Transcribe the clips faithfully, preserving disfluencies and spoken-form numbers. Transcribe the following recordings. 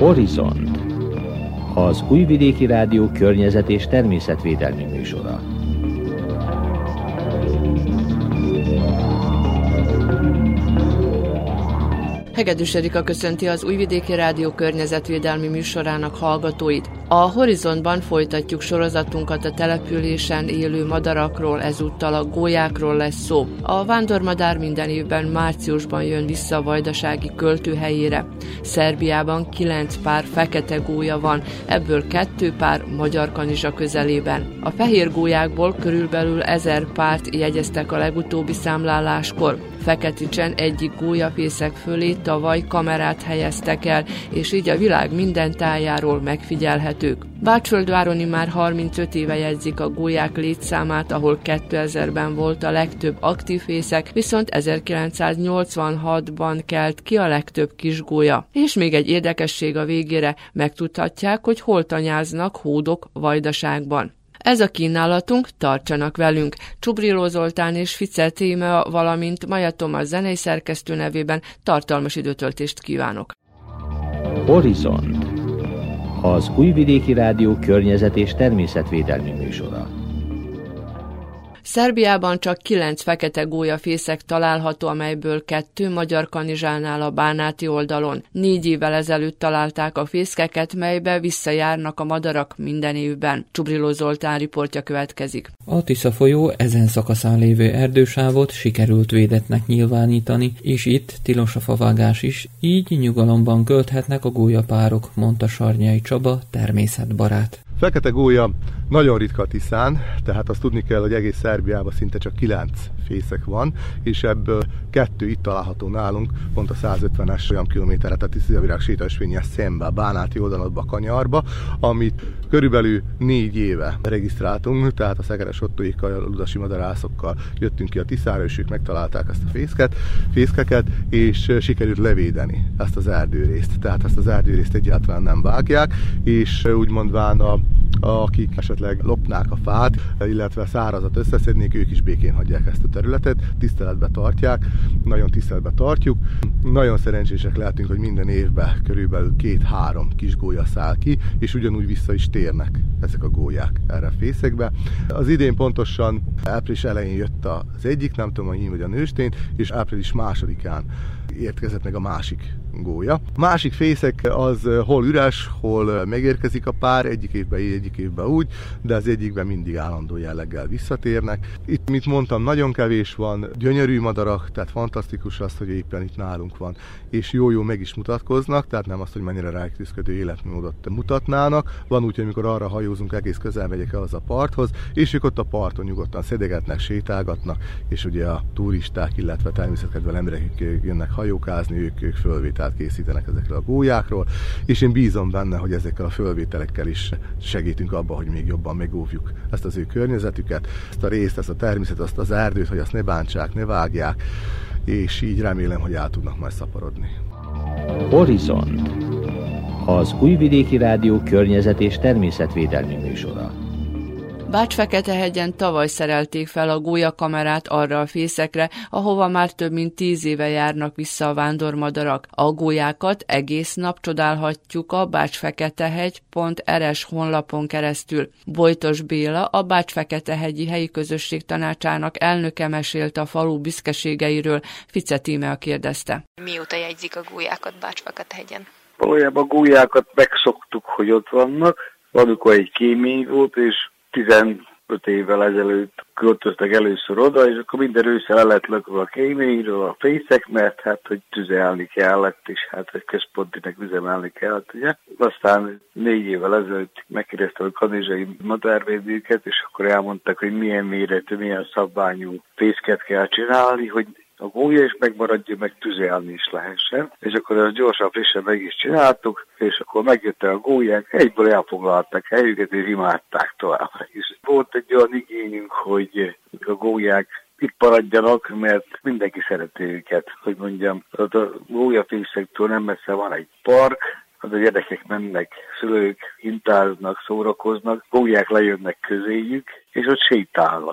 Horizont, az Újvidéki Rádió környezet- és természetvédelmi műsora. Hegedűs Erika köszönti az Újvidéki Rádió környezetvédelmi műsorának hallgatóit. A Horizontban folytatjuk sorozatunkat a településen élő madarakról, ezúttal a gólyákról lesz szó. A vándormadár minden évben márciusban jön vissza a vajdasági költőhelyére. Szerbiában kilenc pár fekete gólya van, ebből kettő pár magyar kanizsa közelében. A fehér gólyákból körülbelül ezer párt jegyeztek a legutóbbi számláláskor. Feketicsen egyik gólyafészek fölé tavaly kamerát helyeztek el, és így a világ minden tájáról megfigyelhetők. Bácsföldvároni már harmincöt éve jegyzik a gólyák létszámát, ahol kétezerben volt a legtöbb aktív fészek, viszont ezerkilencszáznyolcvanhatban kelt ki a legtöbb kisgólya. És még egy érdekesség a végére, megtudhatják, hogy hol tanyáznak hódok Vajdaságban. Ez a kínálatunk, tartsanak velünk! Csubriló Zoltán és Fice Tímea, valamint Maja Tomás zenei szerkesztő nevében tartalmas időtöltést kívánok! Horizont, az Újvidéki Rádió környezet- és természetvédelmi műsora. Szerbiában csak kilenc fekete gólyafészek található, amelyből kettő magyar kanizsánál a bánáti oldalon. Négy évvel ezelőtt találták a fészkeket, melybe visszajárnak a madarak minden évben. Csubriló Zoltán riportja következik. A Tisza folyó ezen szakaszán lévő erdősávot sikerült védettnek nyilvánítani, és itt tilos a favágás is, így nyugalomban költhetnek a gólyapárok, mondta Sarnyai Csaba, természetbarát. Fekete gólya nagyon ritka a Tiszán, tehát azt tudni kell, hogy egész Szerbiában szinte csak kilenc fészek van, és ebből kettő itt található nálunk, pont a százötvenes olyan kilométerre, tehát Tiszavirág sétaösvényes szembe, a bánáti oldalodba, a kanyarba, amit körülbelül négy éve regisztráltunk, tehát a szekeres ottóikkal, a ludasi madarászokkal jöttünk ki a Tiszára, és ők megtalálták ezt a fészket, fészkeket, és sikerült levédeni ezt az erdőrészt. Tehát ezt az erdőrészt egyáltalán nem vágják, és úgy mondván a akik esetleg lopnák a fát, illetve szárazat összeszednék, ők is békén hagyják ezt a területet, tiszteletbe tartják, nagyon tiszteletbe tartjuk. Nagyon szerencsések lehetünk, hogy minden évben körülbelül két-három kis gólya száll ki, és ugyanúgy vissza is térnek ezek a gólyák erre a fészekbe. Az idén pontosan április elején jött az egyik, nem tudom, hogy én vagy a nőstény, és április másodikán érkezett meg a másik gólya. Másik fészek az hol üres, hol megérkezik a pár, egyik évben így, egyik évben úgy, de az egyikben mindig állandó jelleggel visszatérnek. Itt, mint mondtam, nagyon kevés van, gyönyörű madarak, tehát fantasztikus az, hogy éppen itt nálunk van, és jó-jó meg is mutatkoznak, tehát nem azt, hogy mennyire ráküzdködő életmódot mutatnának. Van úgy, hogy amikor arra hajózunk, egész közel megyek el az a parthoz, és ők ott a parton nyugodtan szedegetnek, sétálgatnak, és ugye a turisták, illetve természetkedvel emberek jönnek hajókázni, ők, ők fölvételt készítenek ezekről a gólyákról, és én bízom benne, hogy ezekkel a fölvételekkel is segítünk abban, hogy még jobban megóvjuk ezt az ő környezetüket, ezt a részt, ezt a természetet, azt az erdőt, hogy azt ne bántsák, ne vágják, és így remélem, hogy el tudnak majd szaporodni. Horizont, az Újvidéki Rádió környezet- és természetvédelmi műsora. Bács-Feketehegyen tavaly szerelték fel a gólyakamerát arra a fészekre, ahova már több mint tíz éve járnak vissza a vándormadarak. A gólyákat egész nap csodálhatjuk a bács-feketehegy pont er es honlapon keresztül. Bojtos Béla, a Bács-Feketehegyi helyi közösség tanácsának elnöke mesélt a falu büszkeségeiről. Fice Tímea kérdezte. Mióta jegyzik a gólyákat Bács-Feketehegyen? Valójában a gólyákat megszoktuk, hogy ott vannak. Valamikor egy kémény volt, és tizenöt évvel ezelőtt költöztek először oda, és akkor minden ősszel el lett lökve a kéményről a fészek, mert hát, hogy tüzelni kellett, és hát, hogy központinek üzemelni kellett, ugye. Aztán négy évvel ezelőtt megkérdeztem a kanizsai madárvédőket, és akkor elmondták, hogy milyen méretű, milyen szabványú fészket kell csinálni, hogy a gólya is megmaradja, meg tüzelni is lehessen. És akkor ezt gyorsan, frissen meg is csináltuk, és akkor megjöttek a gólyák, egyből elfoglalták helyüket, és imádták továbbra is. Volt egy olyan igényünk, hogy a gólyák itt maradjanak, mert mindenki szereti őket, hogy mondjam. A gólyafészektől nem messze van egy park, az a gyerekek mennek, szülők hintáznak, szórakoznak, gólyák lejönnek közéjük, és ott sétálnak.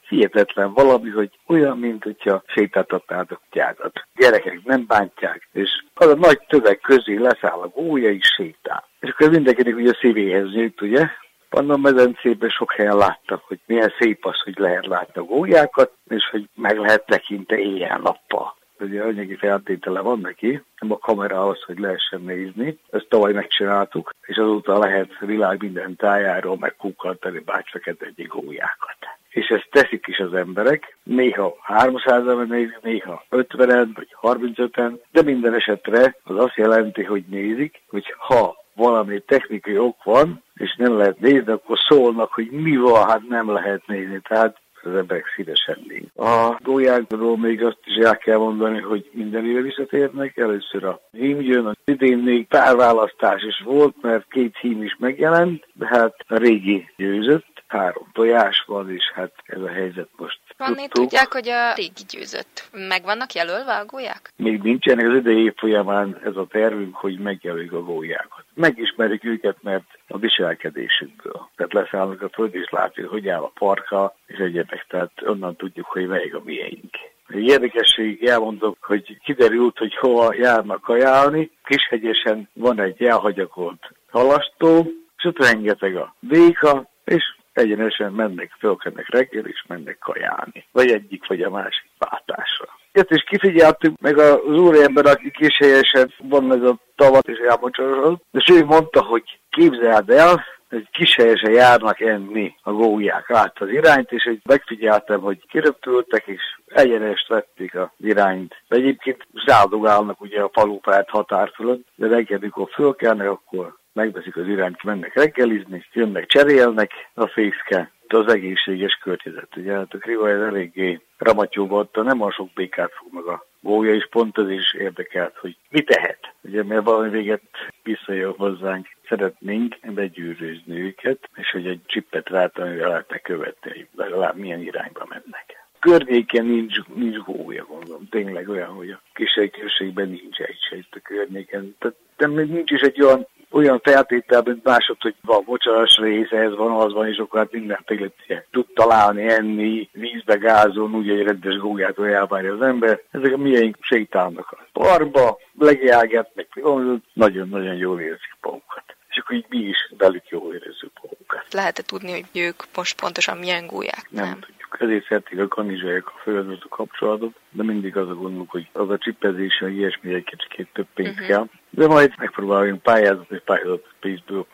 hihetetlen valami, hogy olyan, mint hogyha sétáltatnátok tyágat. Gyerekek nem bántják, és az a nagy tömeg közé leszáll a gólya és sétál. És akkor mindenkinek ugye a szívéhez nőtt, ugye? Pannon medencében sok helyen láttam, hogy milyen szép az, hogy lehet látni a gólyákat, és hogy meg lehet tekinteni éjjel-nappal. Ugye anyagi feltétele van neki, nem a kamerához, hogy lehessen nézni. Ezt tavaly megcsináltuk, és azóta lehet világ minden tájáról megkukkantani Bács-Fekete-hegyi gólyákat. És ezt teszik is az emberek, néha háromszázan nézik, néha ötvenen vagy harmincöten, de minden esetre az azt jelenti, hogy nézik, hogy ha valami technikai ok van, és nem lehet nézni, akkor szólnak, hogy mi van, hát nem lehet nézni. Tehát az emberek szívesen nézik. A gólyákról még azt is el kell mondani, hogy minden éve visszatérnek. Először a hím jön, az idén még párválasztás is volt, mert két hím is megjelent, de hát a régi győzött. Három tojás van, és hát ez a helyzet most. Vanni tudják, hogy a régi győzött. Meg vannak jelölve a gólyák? Még nincsenek, az idei év folyamán ez a tervünk, hogy megjelöljük a gólyákat. Megismerjük őket, mert a viselkedésükből. Tehát leszállnak a föld, és látjuk, hogy áll a parka, és egyébként, tehát onnan tudjuk, hogy melyik a miénk. Egy érdekesség, elmondok, hogy kiderült, hogy hova járnak kajálni. Kishegyesen van egy elhagyakolt halastó, és ott rengeteg a béka, és egyenesen mennek, fölkennek reggel, és mennek kajálni. Vagy egyik, vagy a másik váltásra. Ezt is kifigyeltük, meg az úriember, aki kishelyesen van ez a tavat és elmocsarozott, és ő mondta, hogy képzeld el, hogy kishelyesen járnak enni a gólyák át az irányt, és hogy megfigyeltem, hogy kiröpültek, és egyenest vették az irányt. De egyébként zárdogálnak ugye a falupárt határ fölött, de reggel, mikor fölkelnek, akkor megveszik az irányt, mennek reggelizni, jönnek, cserélnek a fészke. Az egészséges környezet. Ugye hát a Kriva ez eléggé ramatyóban, nem a sok békát fog meg a gólya, és pont ez is érdekelt, hogy mi tehet. Ugye mert valami véget visszajön hozzánk, szeretnénk begyűrűzni őket, és hogy egy csippet rát, amivel lehetne követni, hogy legalább milyen irányba mennek. Környéken nincs, nincs gólya, gondolom. Tényleg olyan, hogy a kisegközségben nincs egy se itt a környéken. Tehát de nincs is egy olyan olyan feltétel, mint másod, hogy van mocsaras rész, ez van, az van, és akkor hát mindenféle tud találni, enni, vízbe gázon, úgy egy rendes gólyát elvárja az ember. Ezek a miénk sétálnak a parkba, legelgetnek, nagyon-nagyon jól érzik magukat. És akkor így mi is velük jól érezzük magukat. Lehet-e tudni, hogy ők most pontosan milyen gólyák? Nem, nem tudjuk. Ezért szeretik a kanizsaiak a földhöz a kapcsolatot, de mindig az a gondunk, hogy az a csipezés, hogy ilyesmi egy kicsit több pénz uh-huh. kell. De majd megpróbáljunk pályázat és pályázat pénzből.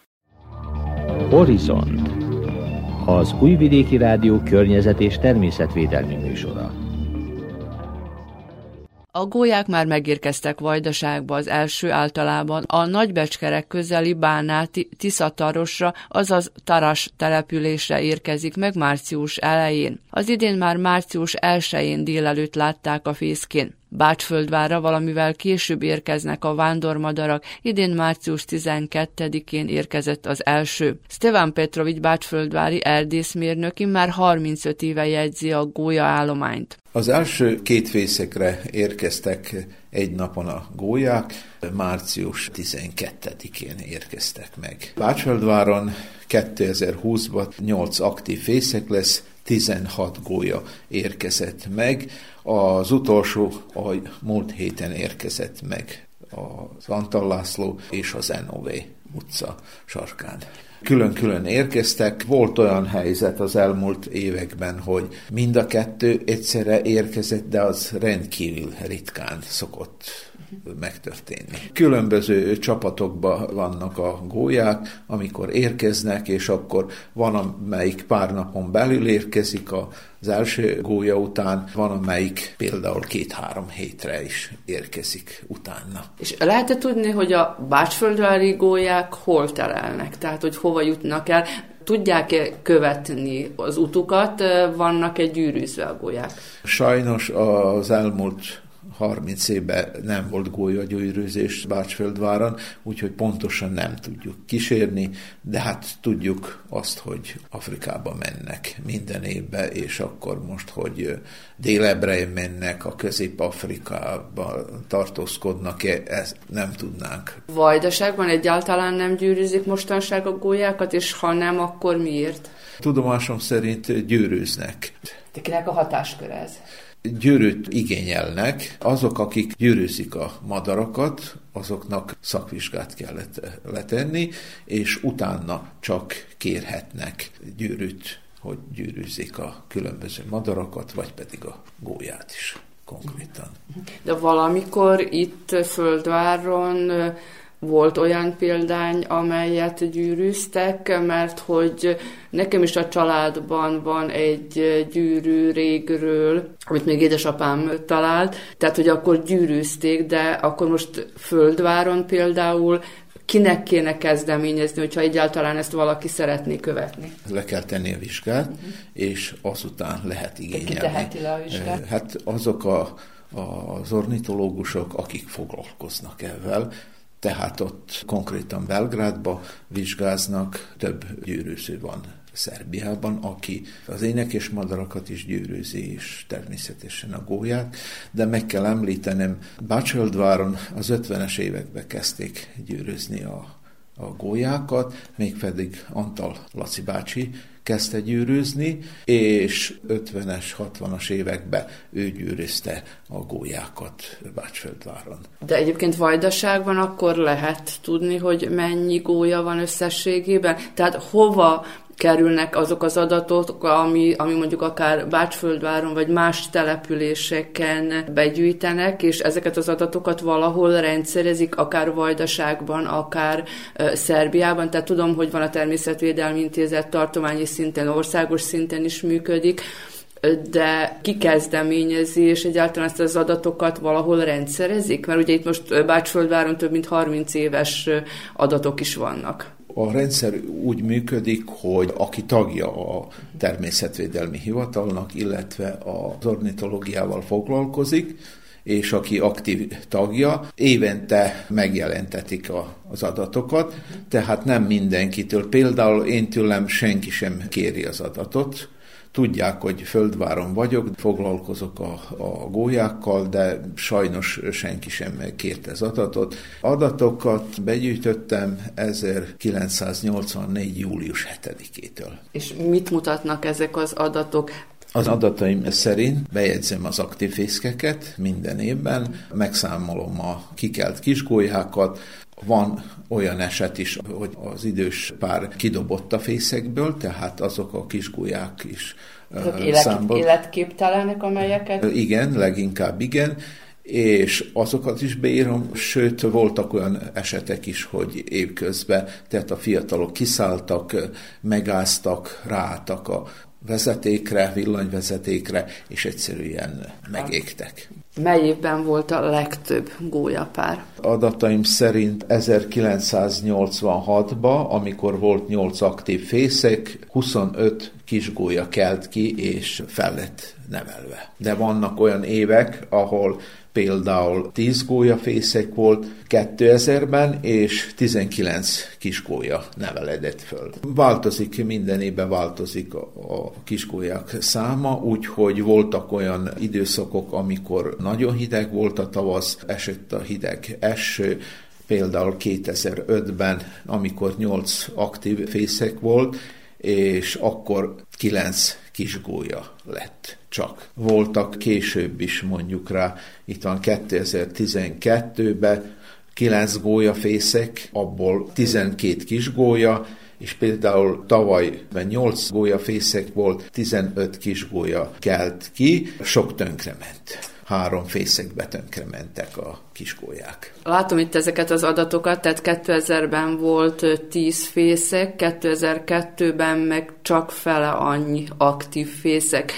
Horizont, az Újvidéki Rádió környezet- és természetvédelmi műsora. A gólyák már megérkeztek Vajdaságba, az első általában a Nagybecskerek közeli Bánáti Tiszatarosra, azaz Taras településre érkezik meg március elején. Az idén már március elsején délelőtt látták a fészkén. Bácsföldvárra valamivel később érkeznek a vándormadarak, idén március tizenkettedikén érkezett az első. Stevan Petrovics bácsföldvári erdészmérnök immár harmincöt éve jegyzi a gólya állományt. Az első két fészekre érkeztek egy napon a gólyák, március tizenkettedikén érkeztek meg. Bácsföldváron kétezer-húszban nyolc aktív fészek lesz, tizenhat gólya érkezett meg. Az utolsó a múlt héten érkezett meg az Antal László és az en o vé utca sarkán. Külön-külön érkeztek. Volt olyan helyzet az elmúlt években, hogy mind a kettő egyszerre érkezett, de az rendkívül ritkán szokott megtörténni. Különböző csapatokban vannak a gólyák, amikor érkeznek, és akkor van, amelyik pár napon belül érkezik az első gólya után, van, amelyik például két-három hétre is érkezik utána. És lehet-e tudni, hogy a bácsföldvári gólyák hol terelnek? Tehát, hogy hova jutnak el? Tudják-e követni az utukat? Vannak-e gyűrűzve a gólyák? Sajnos az elmúlt harminc évben nem volt gólyagyűrűzés Bácsföldváron, úgyhogy pontosan nem tudjuk kísérni, de hát tudjuk azt, hogy Afrikába mennek minden évben, és akkor most, hogy délebre mennek, a Közép-Afrikába tartózkodnak, ezt nem tudnánk. Vajdaságban egyáltalán nem gyűrűzik mostanság a gólyákat, és ha nem, akkor miért? Tudomásom szerint gyűrűznek. De kinek a hatásköre ez? Gyűrűt igényelnek. Azok, akik gyűrűzik a madarakat, azoknak szakvizsgát kell letenni, és utána csak kérhetnek gyűrűt, hogy gyűrűzik a különböző madarakat, vagy pedig a gólyát is konkrétan. De valamikor itt Földváron volt olyan példány, amelyet gyűrűztek, mert hogy nekem is a családban van egy gyűrű régről, amit még édesapám talált, tehát hogy akkor gyűrűzték, de akkor most Földváron például kinek kéne kezdeményezni, hogyha egyáltalán ezt valaki szeretné követni? Le kell tenni a vizsgát, uh-huh. és azután lehet igényelni. Ki teheti le a vizsgát? Hát azok a, az ornitológusok, akik foglalkoznak ezzel, tehát ott konkrétan Belgrádba vizsgáznak, több gyűrűző van Szerbiában, aki az énekes madarakat is gyűrűzi, és természetesen a gólyát, de meg kell említenem, Bácsföldváron az ötvenes években kezdték gyűrűzni a, a gólyákat, mégpedig Antal Laci bácsi kezdte gyűrűzni, és ötvenes, hatvanas években ő gyűrűzte a gólyákat Bácsföldváron. De egyébként Vajdaságban akkor lehet tudni, hogy mennyi gólya van összességében? Tehát hova kerülnek azok az adatok, ami, ami mondjuk akár Bácsföldváron vagy más településeken begyűjtenek, és ezeket az adatokat valahol rendszerezik, akár Vajdaságban, akár uh, Szerbiában. Tehát tudom, hogy van a Természetvédelmi Intézet tartományi szinten, országos szinten is működik, de ki kezdeményezi, és egyáltalán ezt az adatokat valahol rendszerezik? Mert ugye itt most Bácsföldváron több mint harminc éves adatok is vannak. A rendszer úgy működik, hogy aki tagja a Természetvédelmi Hivatalnak, illetve az ornitológiával foglalkozik, és aki aktív tagja, évente megjelentetik a, az adatokat, tehát nem mindenkitől. Például én tőlem senki sem kéri az adatot. Tudják, hogy Földváron vagyok, foglalkozok a, a gólyákkal, de sajnos senki sem kérte az adatot. Adatokat begyűjtöttem ezerkilencszáznyolcvannégy. július hetedikétől. És mit mutatnak ezek az adatok? Az adataim szerint bejegyzem az aktív fészkeket minden évben, megszámolom a kikelt kisgólyákat. Van olyan eset is, hogy az idős pár kidobott a fészekből, tehát azok a kisgólyák is számba... Életképtelenek, amelyeket? Igen, leginkább igen, és azokat is beírom, sőt, voltak olyan esetek is, hogy évközben, tehát a fiatalok kiszálltak, megáztak, ráálltak a vezetékre, villanyvezetékre, és egyszerűen megégtek. Mely évben volt a legtöbb gólyapár? Adataim szerint ezerkilencszáznyolcvanhatban, amikor volt nyolc aktív fészek, huszonöt kisgólya kelt ki, és fel lett nevelve. De vannak olyan évek, ahol például tíz gólyafészek volt kétezerben, és tizenkilenc kisgólya neveledett föl. Változik, minden évben változik a, a kisgólyák száma, úgyhogy voltak olyan időszakok, amikor nagyon hideg volt a tavasz, esett a hideg eső, például kétezer-ötben, amikor nyolc aktív fészek volt, és akkor kilenc kisgólya lett csak. Voltak később is, mondjuk rá, itt van kétezer-tizenkettőben kilenc gólyafészek, abból tizenkét kisgólya, és például tavaly nyolc gólyafészek volt, tizenöt kisgólya kelt ki, sok tönkrement. Három fészekbe tönkre mentek a kisgólyák. Látom itt ezeket az adatokat, tehát kétezerben volt tíz fészek, kétezer-kettőben meg csak fele annyi aktív fészek.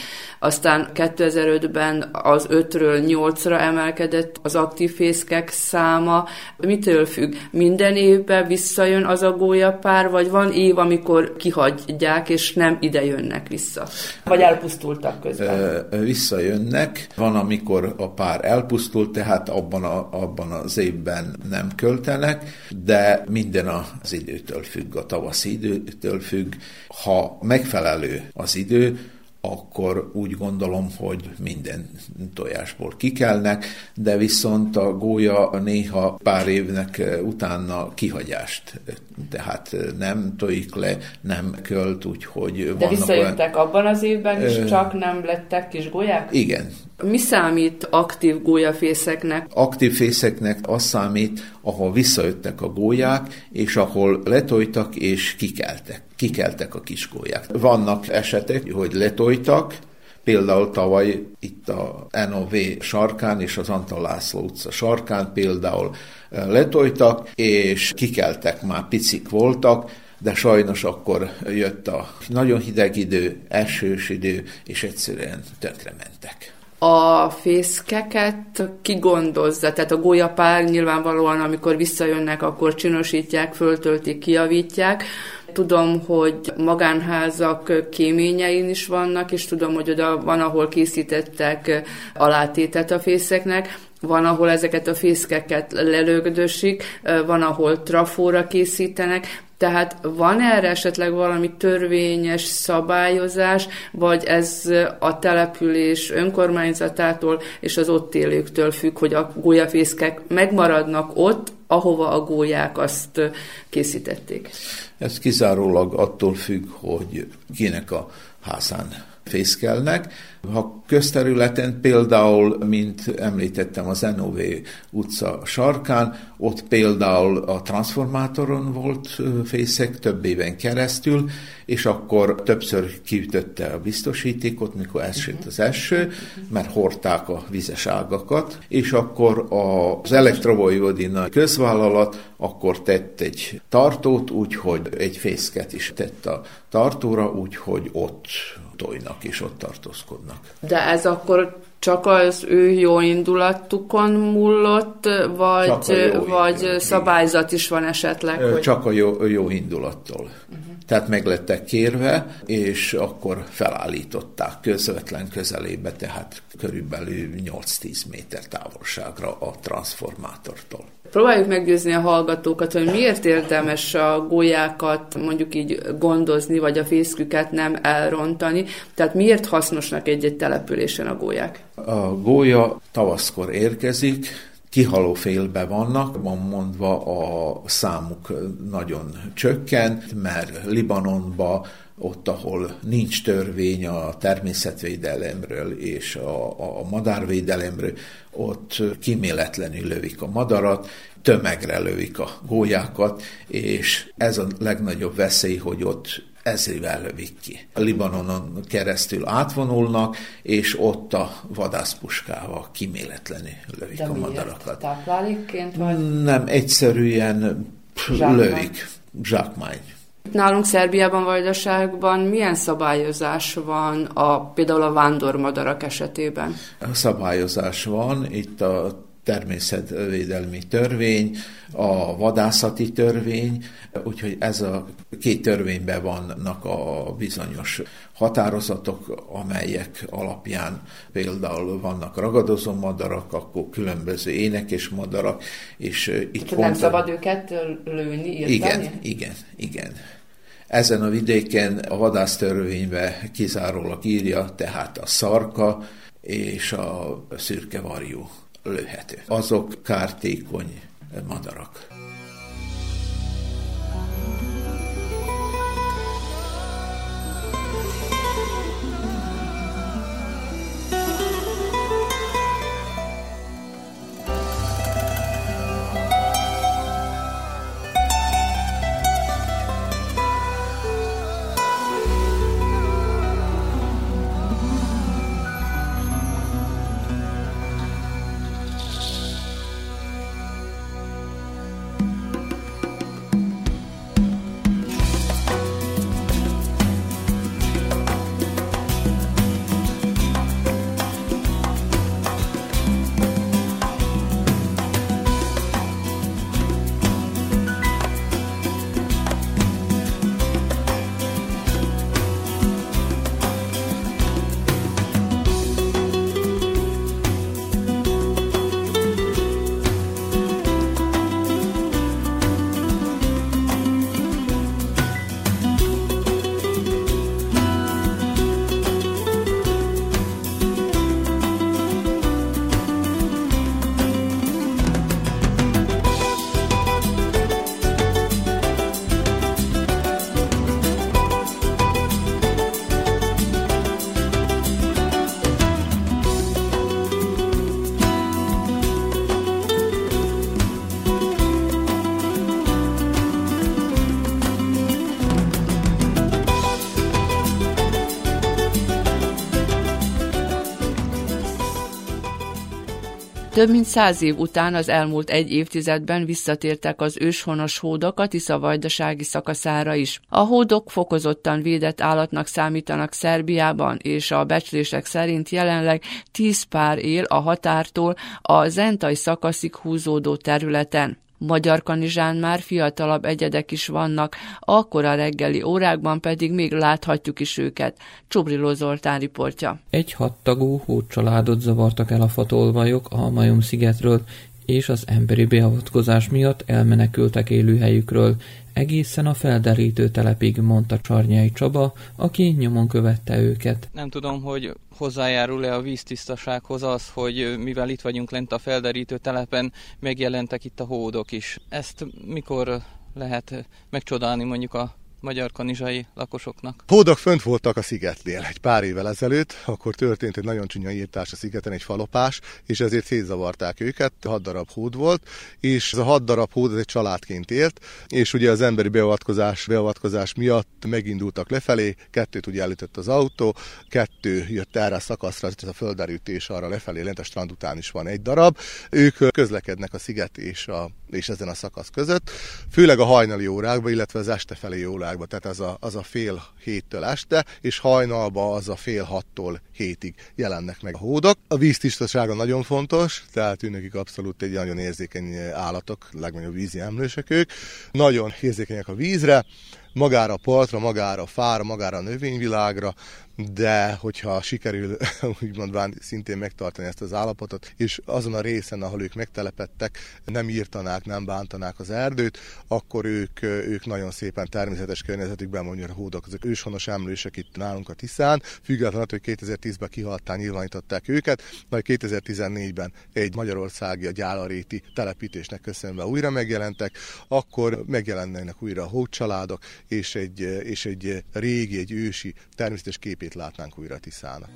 aztán kétezer-ötben az ötről nyolcra emelkedett az aktív fészkek száma. Mitől függ? Minden évben visszajön az a gólyapár, vagy van év, amikor kihagyják, és nem ide jönnek vissza? Vagy elpusztultak közben? Visszajönnek. Van, amikor a pár elpusztult, tehát abban, a, abban az évben nem költenek, de minden az időtől függ, a tavaszi időtől függ. Ha megfelelő az idő, akkor úgy gondolom, hogy minden tojásból kikelnek, de viszont a gólya néha pár évnek utána kihagyást, tehát nem tojik le, nem költ, úgyhogy... De visszajöttek olyan... abban az évben, és ö... csak nem lettek kis gólyák? Igen. Mi számít aktív gólyafészeknek? Aktív fészeknek az számít, ahol visszajöttek a gólyák, és ahol letojtak és kikeltek. Kikeltek a kis gólyák. Vannak esetek, hogy letojtak, például tavaly itt a en o vé sarkán és az Antal László utca sarkán például letojtak, és kikeltek, már picik voltak, de sajnos akkor jött a nagyon hideg idő, esős idő, és egyszerűen tönkre mentek. A fészkeket ki gondozza? Tehát a gólyapár nyilvánvalóan, amikor visszajönnek, akkor csinosítják, föltöltik, kijavítják. Tudom, hogy magánházak kéményein is vannak, és tudom, hogy oda van, ahol készítettek alátétet a fészeknek, van, ahol ezeket a fészkeket lelögdösik, van, ahol trafóra készítenek. Tehát van erre esetleg valami törvényes szabályozás, vagy ez a település önkormányzatától és az ott élőktől függ, hogy a gólyafészkek megmaradnak ott, ahova a gólyák azt készítették? Ez kizárólag attól függ, hogy kinek a házán fészkelnek. Ha közterületen például, mint említettem, az en o vé utca sarkán, ott például a transformátoron volt fészek több éven keresztül, és akkor többször kiütötte a biztosítékot, mikor esett az eső, mert hordták a vizes ágakat, és akkor az Elektrovojvodina közvállalat akkor tett egy tartót, úgyhogy egy fészket is tett a tartóra, úgyhogy ott tojnak és ott tartózkodnak. De ez akkor csak az ő jó indulatukon múlott, vagy, jó vagy indulat, szabályzat is van esetleg? Hogy... Csak a jó, jó indulattól. Uh-huh. Tehát meg lettek kérve, és akkor felállították közvetlen közelébe, tehát körülbelül nyolc-tíz méter távolságra a transformátortól. Próbáljuk meggyőzni a hallgatókat, hogy miért érdemes a gólyákat mondjuk így gondozni, vagy a fészküket nem elrontani. Tehát miért hasznosnak egy-egy településen a gólyák? A gólya tavaszkor érkezik, kihaló félbe vannak, van mondva a számuk nagyon csökkent, mert Libanonban, ott, ahol nincs törvény a természetvédelemről és a, a madárvédelemről, ott kíméletlenül lövik a madarat, tömegre lövik a gólyákat, és ez a legnagyobb veszély, hogy ott ezrével lövik ki. A Libanonon keresztül átvonulnak, és ott a vadászpuskával kíméletlenül lövik De a miért? madarakat. Táplálékként vagy? Nem, egyszerűen Zsákmány. lövik. Zsákmány. Nálunk Szerbiában, Vajdaságban milyen szabályozás van a, például a vándormadarak esetében? A szabályozás van, itt a természetvédelmi törvény, a vadászati törvény, úgyhogy ez a két törvényben vannak a bizonyos határozatok, amelyek alapján például vannak ragadozó madarak, akkor különböző énekes madarak, és itt pont... Nem szabad őket lőni, írtani? Igen, igen, igen. Ezen a vidéken a vadásztörvényben kizárólag írja, tehát a szarka és a szürke varjú lőhető. Azok kártékony madarak. Több mint száz év után az elmúlt egy évtizedben visszatértek az őshonos hódok a Tisza-vajdasági szakaszára is. A hódok fokozottan védett állatnak számítanak Szerbiában, és a becslések szerint jelenleg tíz pár él a határtól a Zentai szakaszig húzódó területen. Magyarkanizsán már fiatalabb egyedek is vannak, akkor a reggeli órákban pedig még láthatjuk is őket. Csubriló Zoltán riportja. Egy hattagú hódcsaládot zavartak el a fatolvajok a Majom-szigetről, és az emberi beavatkozás miatt elmenekültek élőhelyükről, egészen a felderítő telepig, mondta Csarnyai Csaba, aki nyomon követte őket. Nem tudom, hogy hozzájárul-e a víztisztasághoz az, hogy mivel itt vagyunk lent a felderítő telepen, megjelentek itt a hódok is. Ezt mikor lehet megcsodálni mondjuk a magyarkanizsai lakosoknak? Hódok fönt voltak a szigetnél egy pár évvel ezelőtt, akkor történt egy nagyon csúnya írtás a szigeten, egy falopás, és ezért szétzavarták őket, hat darab hód volt, és ez a hat darab hód ez egy családként élt, és ugye az emberi beavatkozás, beavatkozás miatt megindultak lefelé, kettőt ugye elütött az autó, kettő jött erre a szakaszra, ez a földerültés arra lefelé, lent a strand után is van egy darab, ők közlekednek a sziget és, a, és ezen a szakasz között, főleg a hajnali órákban, illetve az este felé órákban. Tehát az a, az a fél héttől este, és hajnalban az a fél hattól hétig jelennek meg a hódok. A víztisztasága nagyon fontos, tehát őnekik abszolút egy nagyon érzékeny állatok, legnagyobb vízi emlősök ők. Nagyon érzékenyek a vízre, magára a partra, magára a fára, magára a növényvilágra, de hogyha sikerül úgymond szintén megtartani ezt az állapotot, és azon a részen, ahol ők megtelepedtek, nem írtanák, nem bántanák az erdőt, akkor ők, ők nagyon szépen természetes környezetükben, mondjuk a hódok, azok őshonos emlősök itt nálunk a Tiszán, függetlenül, hogy kétezer-tízben kihaltán nyilvánították őket, majd kétezer-tizennégyben egy magyarországi, a gyálaréti telepítésnek köszönve újra megjelentek, akkor megjelennek újra a hódcsaládok, és egy, és egy régi, egy ősi természetes képét látnánk újra Tiszának.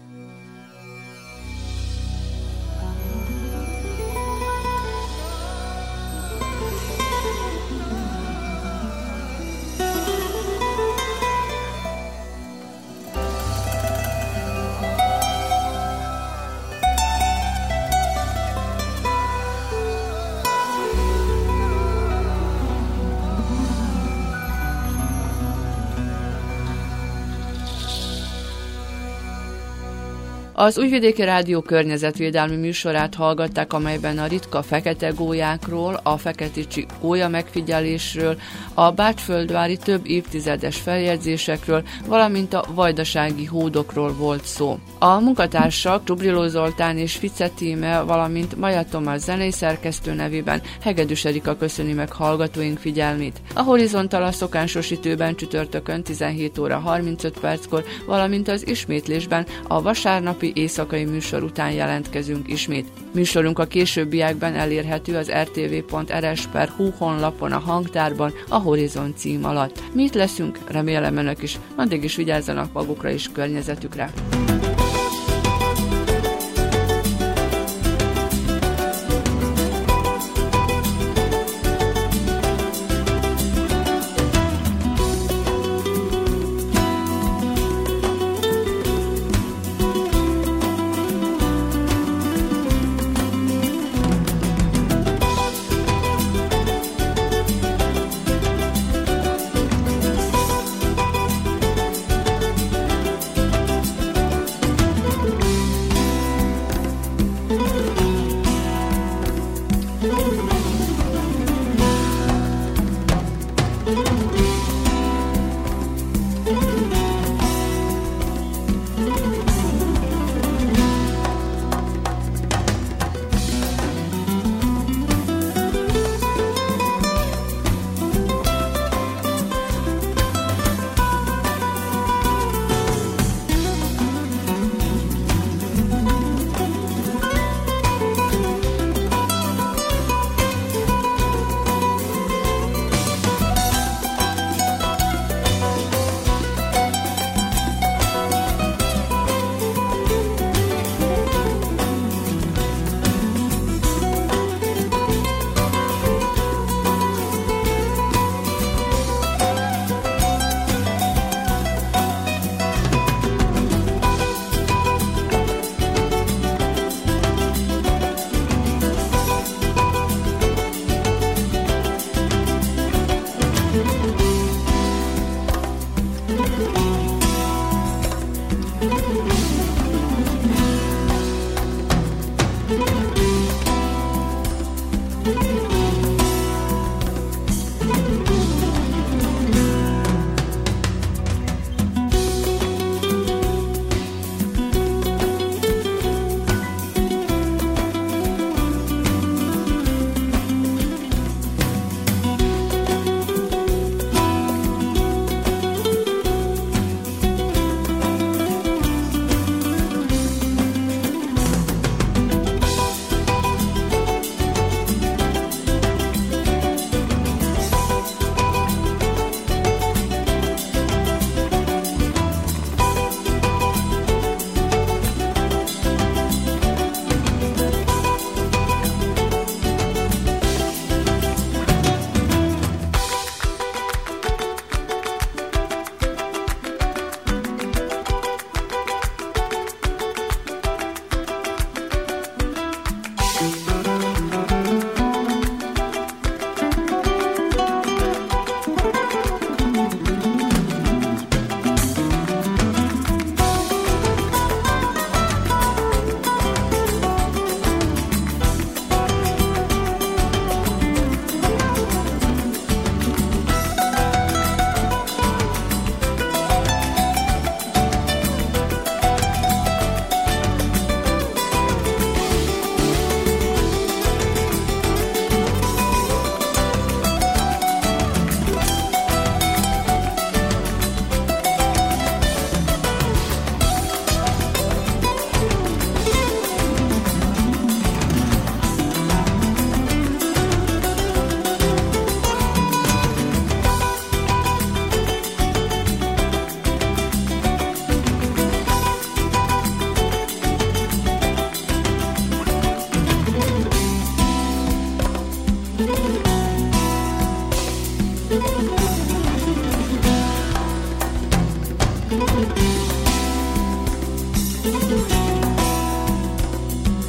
Az Újvidéki Rádió környezetvédelmi műsorát hallgatták, amelyben a ritka fekete gólyákról, a feketicsi gólya megfigyelésről, a bácsföldvári több évtizedes feljegyzésekről, valamint a vajdasági hódokról volt szó. A munkatársak Csubriló Zoltán és Fice Tíme, valamint Maja Tomás zenei szerkesztő nevében Hegedűs Erika köszöni meg hallgatóink figyelmét. A Horizonttal a szokásos időben csütörtökön tizenhét óra harmincöt perckor, valamint az ismétlésben a vasárnapi éjszakai műsor után jelentkezünk ismét. Műsorunk a későbbiekben elérhető az er té vé pont er es pont hú honlapon a hangtárban a Horizont cím alatt. Mi itt leszünk, remélem önök is, addig is vigyázzanak magukra és környezetükre.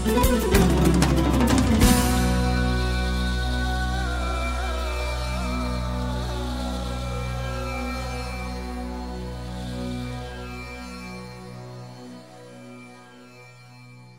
Thank you.